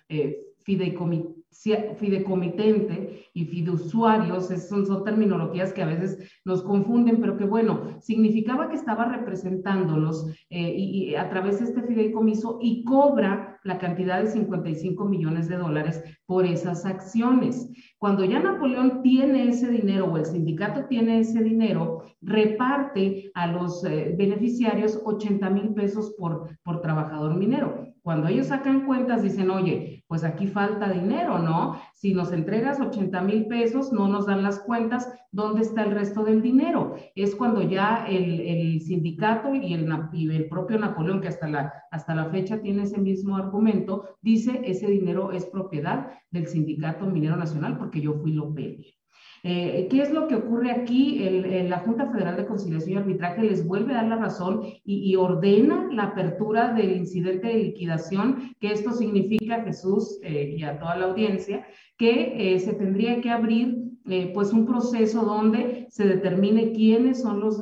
fideicomitente y fiduciarios, son terminologías que a veces nos confunden, pero que bueno, significaba que estaba representándolos y a través de este fideicomiso, y cobra la cantidad de $55 millones por esas acciones. Cuando ya Napoleón tiene ese dinero, o el sindicato tiene ese dinero, reparte a los beneficiarios 80,000 pesos por trabajador minero. Cuando ellos sacan cuentas, dicen, oye, pues aquí falta dinero, ¿no? Si nos entregas 80,000 pesos, no nos dan las cuentas, ¿dónde está el resto del dinero? Es cuando ya el sindicato y el propio Napoleón, que hasta la fecha tiene ese mismo argumento, dice, ese dinero es propiedad del Sindicato Minero Nacional porque yo fui lo pedí. ¿Qué es lo que ocurre aquí? La Junta Federal de Conciliación y Arbitraje les vuelve a dar la razón y ordena la apertura del incidente de liquidación, que esto significa, Jesús, y a toda la audiencia, que se tendría que abrir pues un proceso donde se determine quiénes son los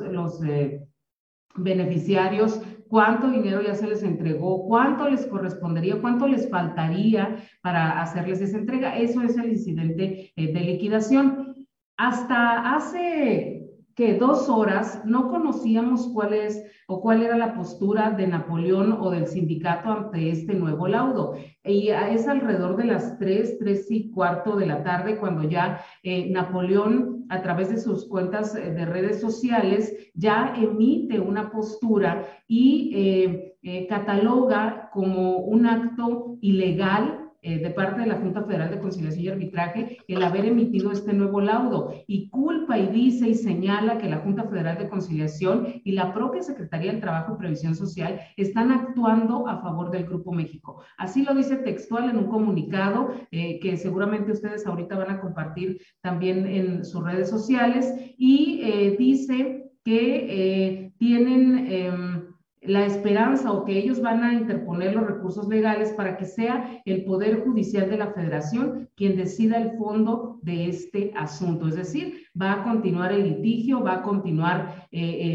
beneficiarios, cuánto dinero ya se les entregó, cuánto les correspondería, cuánto les faltaría para hacerles esa entrega. Eso es el incidente de liquidación. Hasta hace 2 horas no conocíamos cuál era la postura de Napoleón o del sindicato ante este nuevo laudo. Y es alrededor de las 3:15 de la tarde cuando ya Napoleón, a través de sus cuentas de redes sociales, ya emite una postura y cataloga como un acto ilegal de parte de la Junta Federal de Conciliación y Arbitraje el haber emitido este nuevo laudo, y culpa y dice y señala que la Junta Federal de Conciliación y la propia Secretaría del Trabajo y Previsión Social están actuando a favor del Grupo México. Así lo dice textual en un comunicado que seguramente ustedes ahorita van a compartir también en sus redes sociales, y dice que tienen la esperanza, o que ellos van a interponer los recursos legales para que sea el Poder Judicial de la Federación quien decida el fondo de este asunto. Es decir, va a continuar el litigio, va a continuar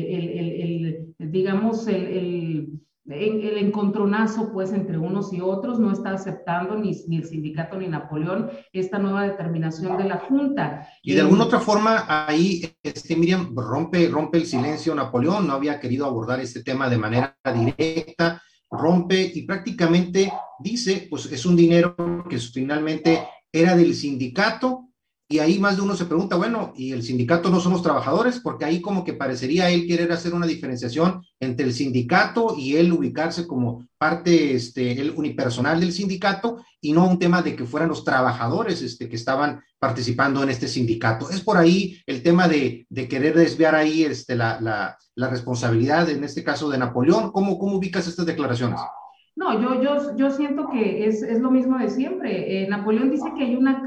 digamos, el encontronazo pues entre unos y otros. No está aceptando ni el sindicato ni Napoleón esta nueva determinación de la Junta. Y de alguna otra forma ahí, Miriam, rompe el silencio Napoleón. No había querido abordar este tema de manera directa, rompe y prácticamente dice, pues es un dinero que finalmente era del sindicato. Y ahí más de uno se pregunta, bueno, ¿y el sindicato no son los trabajadores? Porque ahí como que parecería él querer hacer una diferenciación entre el sindicato y él ubicarse como parte el unipersonal del sindicato, y no un tema de que fueran los trabajadores que estaban participando en este sindicato. Es por ahí el tema de querer desviar ahí la responsabilidad, en este caso de Napoleón. ¿Cómo ubicas estas declaraciones? No, yo siento que es lo mismo de siempre. Napoleón dice que hay una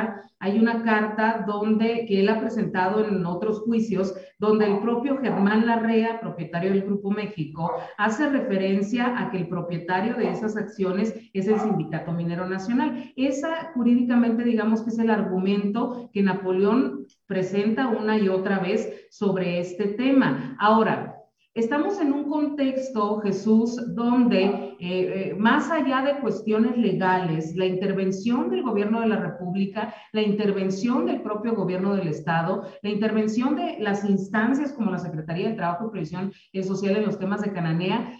carta que él ha presentado en otros juicios, donde el propio Germán Larrea, propietario del Grupo México, hace referencia a que el propietario de esas acciones es el Sindicato Minero Nacional. Esa jurídicamente, digamos que es el argumento que Napoleón presenta una y otra vez sobre este tema. Ahora, estamos en un contexto, Jesús, donde más allá de cuestiones legales, la intervención del gobierno de la República, la intervención del propio gobierno del Estado, la intervención de las instancias como la Secretaría de Trabajo y Previsión Social en los temas de Cananea,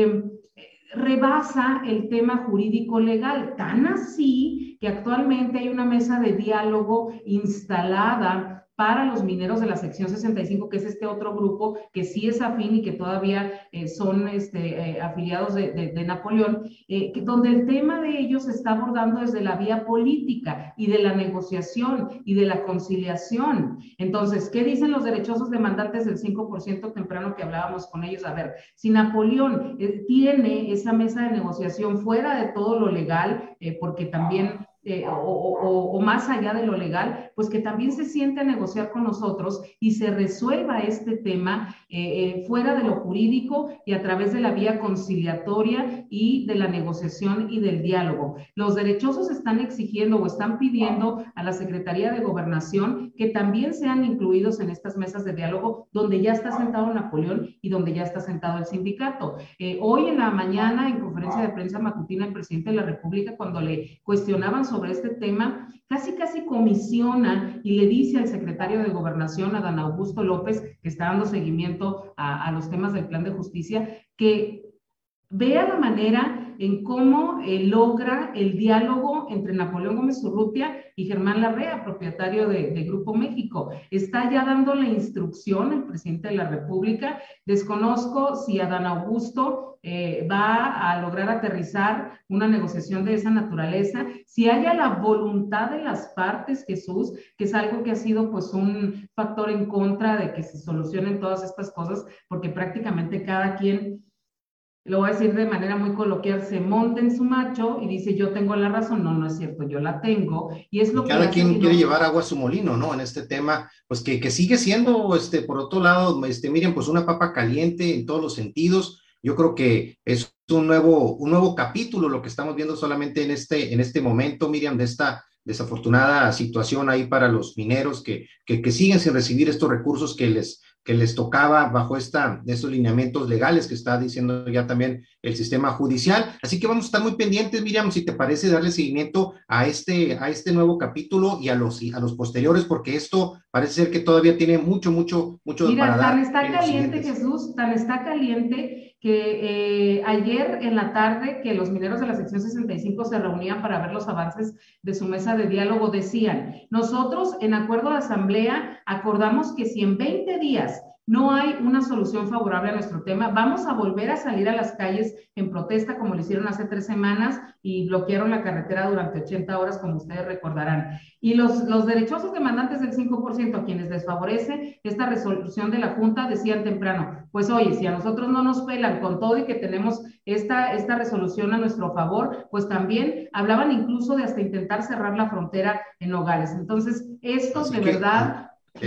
rebasa el tema jurídico legal, tan así que actualmente hay una mesa de diálogo instalada para los mineros de la sección 65, que es este otro grupo que sí es afín y que todavía son afiliados de Napoleón, donde el tema de ellos se está abordando desde la vía política y de la negociación y de la conciliación. Entonces, ¿qué dicen los derechosos demandantes del 5% temprano que hablábamos con ellos? A ver, si Napoleón tiene esa mesa de negociación fuera de todo lo legal, porque también o más allá de lo legal, pues que también se siente a negociar con nosotros y se resuelva este tema fuera de lo jurídico y a través de la vía conciliatoria y de la negociación y del diálogo. Los derechosos están exigiendo o están pidiendo a la Secretaría de Gobernación que también sean incluidos en estas mesas de diálogo donde ya está sentado Napoleón y donde ya está sentado el sindicato. Hoy en la mañana, en conferencia de prensa matutina, el presidente de la República, cuando le cuestionaban sobre este tema, casi comisiona y le dice al secretario de Gobernación, a Dan Augusto López, que está dando seguimiento a los temas del plan de justicia, que vea la manera en cómo logra el diálogo entre Napoleón Gómez Urrutia y Germán Larrea, propietario de Grupo México. Está ya dando la instrucción el presidente de la República. Desconozco si Adán Augusto va a lograr aterrizar una negociación de esa naturaleza, si haya la voluntad de las partes, Jesús, que es algo que ha sido pues un factor en contra de que se solucionen todas estas cosas, porque prácticamente cada quien, lo voy a decir de manera muy coloquial, se monta en su macho y dice yo tengo la razón. No, no es cierto, yo la tengo. Y es lo que cada quien quiere llevar agua a su molino, ¿no? En este tema, pues que sigue siendo, por otro lado, Miriam, pues una papa caliente en todos los sentidos. Yo creo que es un nuevo capítulo lo que estamos viendo solamente en este momento, Miriam, de esta desafortunada situación ahí para los mineros que siguen sin recibir estos recursos que les tocaba bajo estos lineamientos legales que está diciendo ya también el sistema judicial. Así que vamos a estar muy pendientes, Miriam, si te parece darle seguimiento a este nuevo capítulo y a los posteriores, porque esto parece ser que todavía tiene mucho Mira, para dar. Tan está caliente, Jesús, tan está caliente que ayer en la tarde que los mineros de la sección 65 se reunían para ver los avances de su mesa de diálogo, decían, nosotros en acuerdo de asamblea acordamos que si en 20 días no hay una solución favorable a nuestro tema, vamos a volver a salir a las calles en protesta como lo hicieron hace 3 semanas y bloquearon la carretera durante 80 horas, como ustedes recordarán. Y los derechosos demandantes del 5%, a quienes les favorece esta resolución de la Junta, decían temprano, pues oye, si a nosotros no nos pelan con todo y que tenemos esta resolución a nuestro favor, pues también hablaban incluso de hasta intentar cerrar la frontera en Nogales. Entonces, esto de verdad...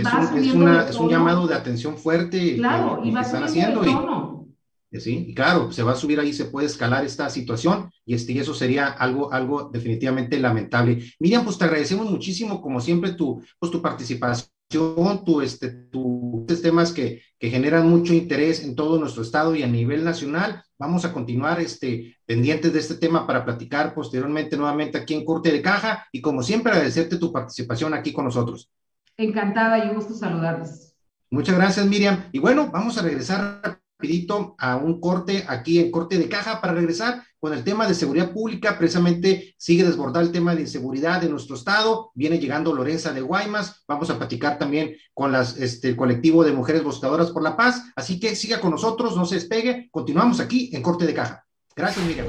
Es un llamado de atención fuerte, claro, y va están haciendo haciendo sí, y claro, se va a subir ahí, se puede escalar esta situación y eso sería algo definitivamente lamentable. Miriam, pues te agradecemos muchísimo, como siempre, tu participación, tus temas que generan mucho interés en todo nuestro estado y a nivel nacional. Vamos a continuar pendientes de este tema para platicar posteriormente nuevamente aquí en Corte de Caja y como siempre agradecerte tu participación aquí con nosotros. Encantada y un gusto saludarles. Muchas gracias, Miriam. Y bueno, vamos a regresar rapidito a un corte aquí en Corte de Caja para regresar con el tema de seguridad pública. Precisamente sigue desbordado el tema de inseguridad de nuestro estado. Viene llegando Lorenza de Guaymas. Vamos a platicar también con el colectivo de Mujeres Buscadoras por la Paz. Así que siga con nosotros, no se despegue. Continuamos aquí en Corte de Caja. Gracias, Miriam.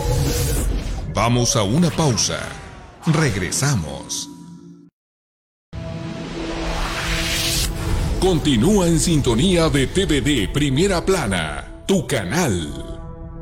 Vamos a una pausa. Regresamos. Continúa en sintonía de TVD Primera Plana, tu canal.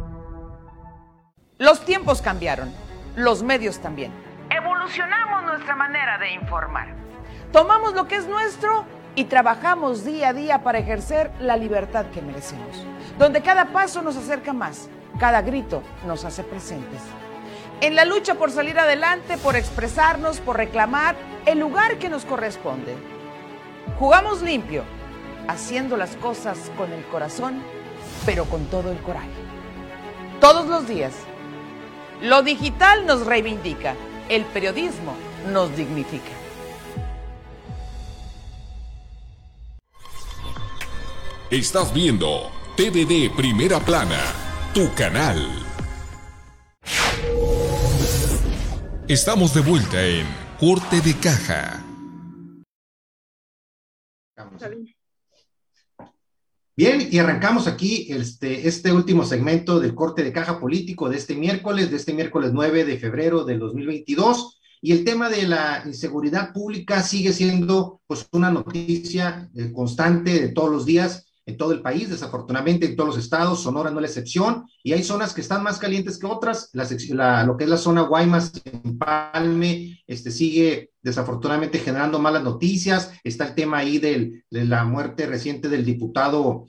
Los tiempos cambiaron, los medios también. Evolucionamos nuestra manera de informar. Tomamos lo que es nuestro y trabajamos día a día para ejercer la libertad que merecemos. Donde cada paso nos acerca más, cada grito nos hace presentes. En la lucha por salir adelante, por expresarnos, por reclamar el lugar que nos corresponde. Jugamos limpio, haciendo las cosas con el corazón, pero con todo el coraje. Todos los días. Lo digital nos reivindica, el periodismo nos dignifica. Estás viendo TVD Primera Plana, tu canal. Estamos de vuelta en Corte de Caja. Bien, y arrancamos aquí este último segmento del corte de caja político de este miércoles 9 de febrero del 2022. Y el tema de la inseguridad pública sigue siendo pues una noticia constante de todos los días en todo el país, desafortunadamente en todos los estados. Sonora no es la excepción, y hay zonas que están más calientes que otras. Lo que es la zona Guaymas, Empalme, sigue desafortunadamente generando malas noticias. Está el tema ahí de la muerte reciente del diputado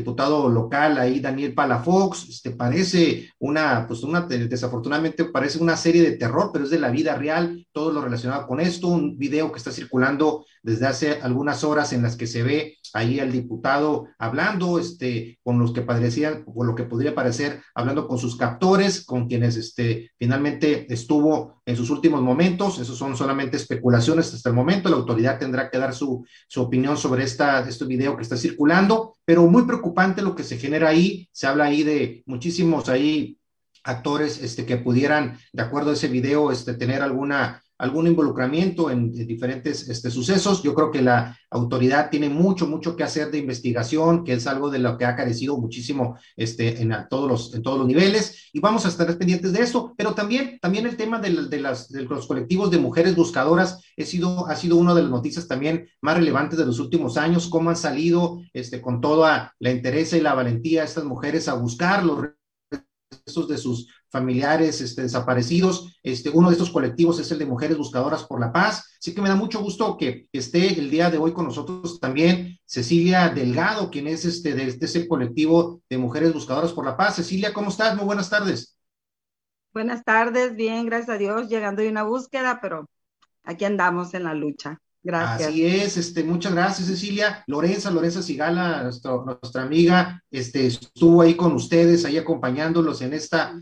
local ahí, Daniel Palafox. Parece desafortunadamente parece una serie de terror, pero es de la vida real, todo lo relacionado con esto. Un video que está circulando desde hace algunas horas en las que se ve ahí al diputado hablando, con los que parecían, o lo que podría parecer, hablando con sus captores, con quienes finalmente estuvo en sus últimos momentos. Esos son solamente especulaciones hasta el momento. La autoridad tendrá que dar su opinión sobre este video que está circulando, pero muy preocupante lo que se genera ahí. Se habla ahí de muchísimos ahí actores que pudieran, de acuerdo a ese video, tener algún involucramiento en diferentes sucesos. Yo creo que la autoridad tiene mucho que hacer de investigación, que es algo de lo que ha carecido muchísimo en todos los niveles, y vamos a estar pendientes de esto. Pero también el tema de los colectivos de mujeres buscadoras ha sido una de las noticias también más relevantes de los últimos años. Cómo han salido con toda la entereza y la valentía estas mujeres a buscar los restos de sus familiares desaparecidos. Uno de estos colectivos es el de Mujeres Buscadoras por la Paz. Así que me da mucho gusto que esté el día de hoy con nosotros también Cecilia Delgado, quien es de ese colectivo de Mujeres Buscadoras por la Paz. Cecilia, ¿cómo estás? Muy buenas tardes. Buenas tardes, bien, gracias a Dios, llegando de una búsqueda, pero aquí andamos en la lucha. Gracias. Así es, muchas gracias, Cecilia. Lorenza Sigala, nuestra amiga, estuvo ahí con ustedes, ahí acompañándolos en esta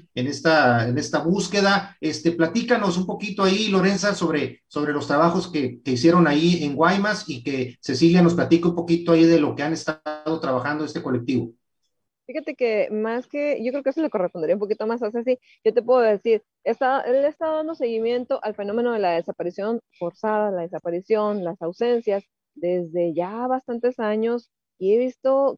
búsqueda. Platícanos un poquito ahí, Lorenza, sobre los trabajos que hicieron ahí en Guaymas, y que Cecilia nos platique un poquito ahí de lo que han estado trabajando este colectivo. Fíjate que yo creo que eso le correspondería un poquito más a Ceci. Yo te puedo decir, él está dando seguimiento al fenómeno de la desaparición forzada, la desaparición, las ausencias, desde ya bastantes años, y he visto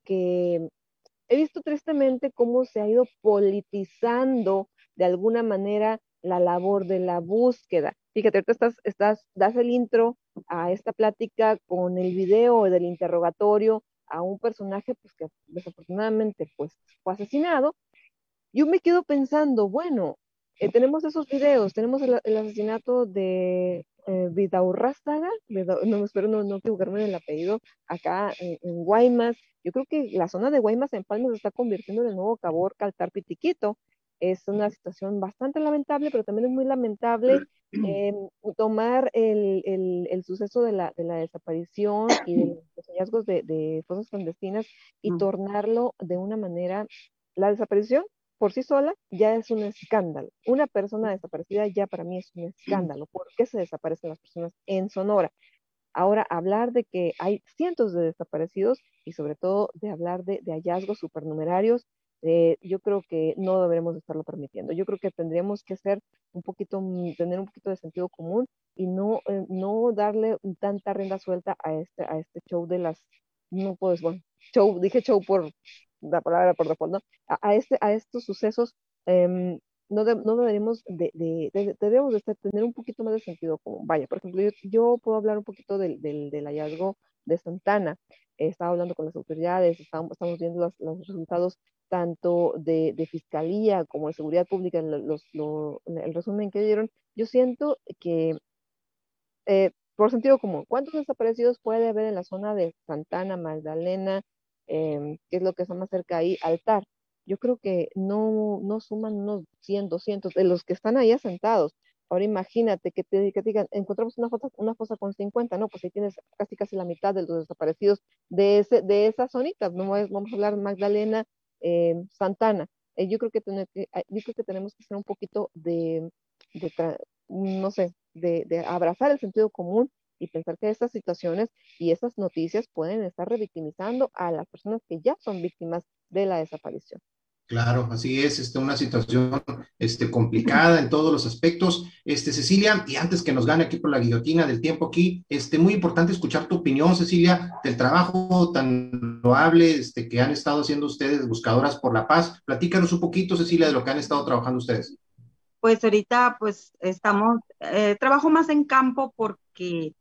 tristemente cómo se ha ido politizando de alguna manera la labor de la búsqueda. Fíjate, ahorita das el intro a esta plática con el video del interrogatorio a un personaje pues que desafortunadamente pues fue asesinado. Yo me quedo pensando, bueno, tenemos esos videos, tenemos el asesinato de Vidaurrázaga, no espero no equivocarme en el apellido, acá en Guaymas. Yo creo que la zona de Guaymas en Palma se está convirtiendo en el nuevo Caborca, Altar, Pitiquito. Es una situación bastante lamentable, pero también es muy lamentable tomar el suceso de la desaparición y de los hallazgos de fosas clandestinas y tornarlo de una manera. La desaparición por sí sola ya es un escándalo. Una persona desaparecida ya para mí es un escándalo. ¿Por qué se desaparecen las personas en Sonora? Ahora, hablar de que hay cientos de desaparecidos y sobre todo de hablar de hallazgos supernumerarios, yo creo que no deberemos estarlo permitiendo. Yo creo que tendríamos que tener un poquito de sentido común y no darle tanta rienda suelta a este show de las, no puedes, bueno, dije show por la palabra por default, ¿no? A estos sucesos, no deberíamos deberíamos tener un poquito más de sentido común. Vaya, por ejemplo, yo puedo hablar un poquito del hallazgo de Santana. Estaba hablando con las autoridades, estamos viendo los resultados tanto de Fiscalía como de Seguridad Pública, el resumen que dieron. Yo siento que, por sentido común, ¿cuántos desaparecidos puede haber en la zona de Santana, Magdalena, que es lo que está más cerca ahí, Altar? Yo creo que no suman unos 100, 200 de los que están ahí asentados. Ahora imagínate que te digan, encontramos una fosa con 50, no, pues ahí tienes casi la mitad de los desaparecidos de esa zonita. No vamos a hablar Magdalena, Santana. Yo creo que tenemos que hacer un poquito no sé, de abrazar el sentido común y pensar que estas situaciones y estas noticias pueden estar revictimizando a las personas que ya son víctimas de la desaparición. Claro, así es, una situación, complicada en todos los aspectos. Cecilia, y antes que nos gane aquí por la guillotina del tiempo aquí, muy importante escuchar tu opinión, Cecilia, del trabajo tan loable, que han estado haciendo ustedes, Buscadoras por la Paz. Platícanos un poquito, Cecilia, de lo que han estado trabajando ustedes. Pues ahorita pues estamos, trabajo más en campo porque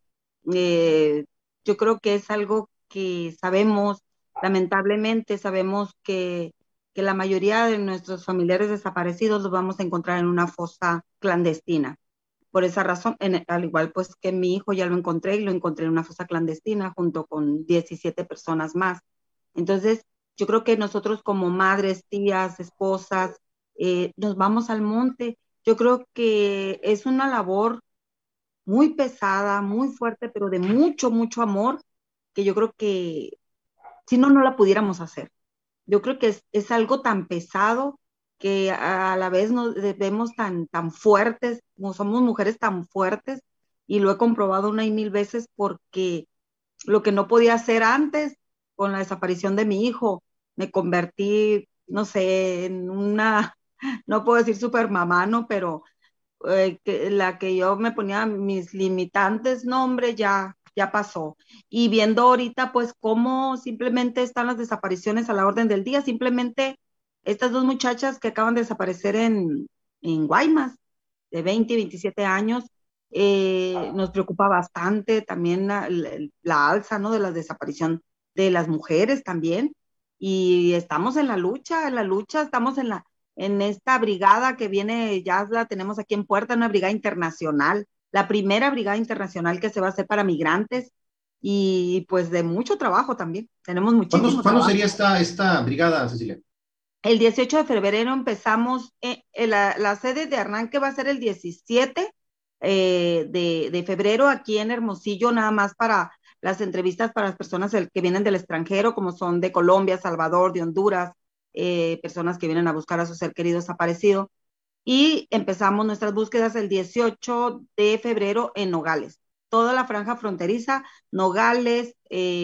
yo creo que es algo que sabemos, lamentablemente sabemos que la mayoría de nuestros familiares desaparecidos los vamos a encontrar en una fosa clandestina. Por esa razón, al igual pues que mi hijo ya lo encontré y lo encontré en una fosa clandestina junto con 17 personas más. Entonces, yo creo que nosotros como madres, tías, esposas, nos vamos al monte. Yo creo que es una labor muy pesada, muy fuerte, pero de mucho, mucho amor, que yo creo que si no, no la pudiéramos hacer. Yo creo que es algo tan pesado que a la vez nos vemos tan fuertes, como somos mujeres tan fuertes, y lo he comprobado una y mil veces porque lo que no podía hacer antes, con la desaparición de mi hijo, me convertí, no sé, en una, no puedo decir super mamá, ¿no? Pero la que yo me ponía mis limitantes, no, hombre, ya pasó. Y viendo ahorita, pues, cómo simplemente están las desapariciones a la orden del día, simplemente estas dos muchachas que acaban de desaparecer en Guaymas, de 20 y 27 años, nos preocupa bastante también la alza, ¿no? De la desaparición de las mujeres también. Y estamos en la lucha, estamos en esta brigada que viene, ya la tenemos aquí en puerta, una brigada internacional, la primera brigada internacional que se va a hacer para migrantes y pues de mucho trabajo también. Tenemos muchísimo trabajo. ¿Cuándo sería esta brigada, Cecilia? El 18 de febrero empezamos, la sede de arranque va a ser el 17 de febrero aquí en Hermosillo, nada más para las entrevistas para las personas que vienen del extranjero, como son de Colombia, Salvador, de Honduras, personas que vienen a buscar a su ser querido desaparecido. Y empezamos nuestras búsquedas el 18 de febrero en Nogales. Toda la franja fronteriza, Nogales,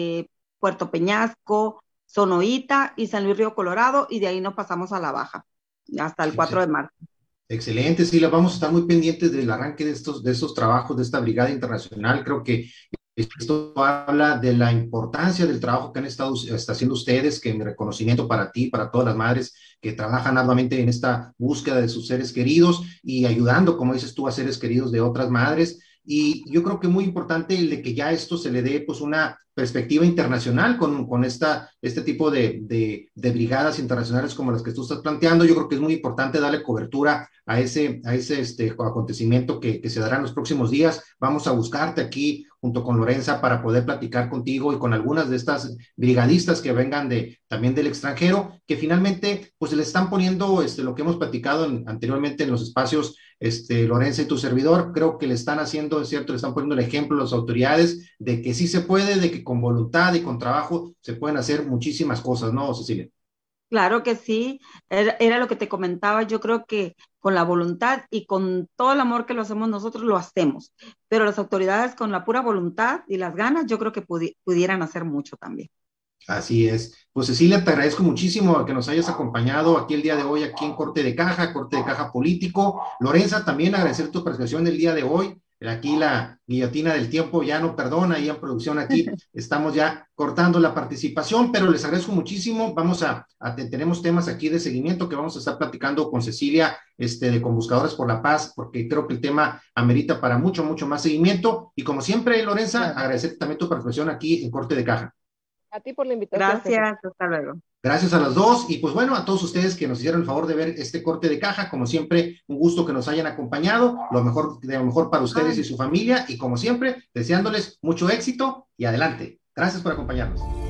Puerto Peñasco, Sonoita y San Luis Río Colorado, y de ahí nos pasamos a la baja, hasta el 4 de marzo. Excelente, sí, vamos a estar muy pendientes del arranque de estos trabajos, de esta brigada internacional. Creo que esto habla de la importancia del trabajo que han estado haciendo ustedes, que mi reconocimiento para ti, para todas las madres que trabajan arduamente en esta búsqueda de sus seres queridos y ayudando, como dices tú, a seres queridos de otras madres. Y yo creo que es muy importante el de que ya esto se le dé pues una perspectiva internacional con este tipo de brigadas internacionales como las que tú estás planteando. Yo creo que es muy importante darle cobertura a ese acontecimiento que se dará en los próximos días. Vamos a buscarte aquí junto con Lorenza para poder platicar contigo y con algunas de estas brigadistas que vengan también del extranjero, que finalmente pues le están poniendo lo que hemos platicado anteriormente en los espacios, Lorenza y tu servidor. Creo que le están haciendo, es cierto, le están poniendo el ejemplo a las autoridades de que sí se puede, de que con voluntad y con trabajo se pueden hacer muchísimas cosas, ¿no, Cecilia? Claro que sí, era lo que te comentaba. Yo creo que con la voluntad y con todo el amor que lo hacemos nosotros, lo hacemos, pero las autoridades con la pura voluntad y las ganas, yo creo que pudieran hacer mucho también. Así es. Pues Cecilia, te agradezco muchísimo que nos hayas acompañado aquí el día de hoy, aquí en Corte de Caja Político. Lorenza, también agradecer tu participación el día de hoy. Aquí la guillotina del tiempo ya no perdona, y en producción aquí estamos ya cortando la participación, pero les agradezco muchísimo. Tenemos temas aquí de seguimiento que vamos a estar platicando con Cecilia, con Buscadores por la Paz, porque creo que el tema amerita para mucho, mucho más seguimiento. Y como siempre, Lorenza, agradecer también tu participación aquí en Corte de Caja. A ti por la invitación. Gracias, hasta luego. Gracias a las dos, y pues bueno, a todos ustedes que nos hicieron el favor de ver este corte de caja. Como siempre, un gusto que nos hayan acompañado, lo mejor para ustedes y su familia, y como siempre, deseándoles mucho éxito y adelante. Gracias por acompañarnos.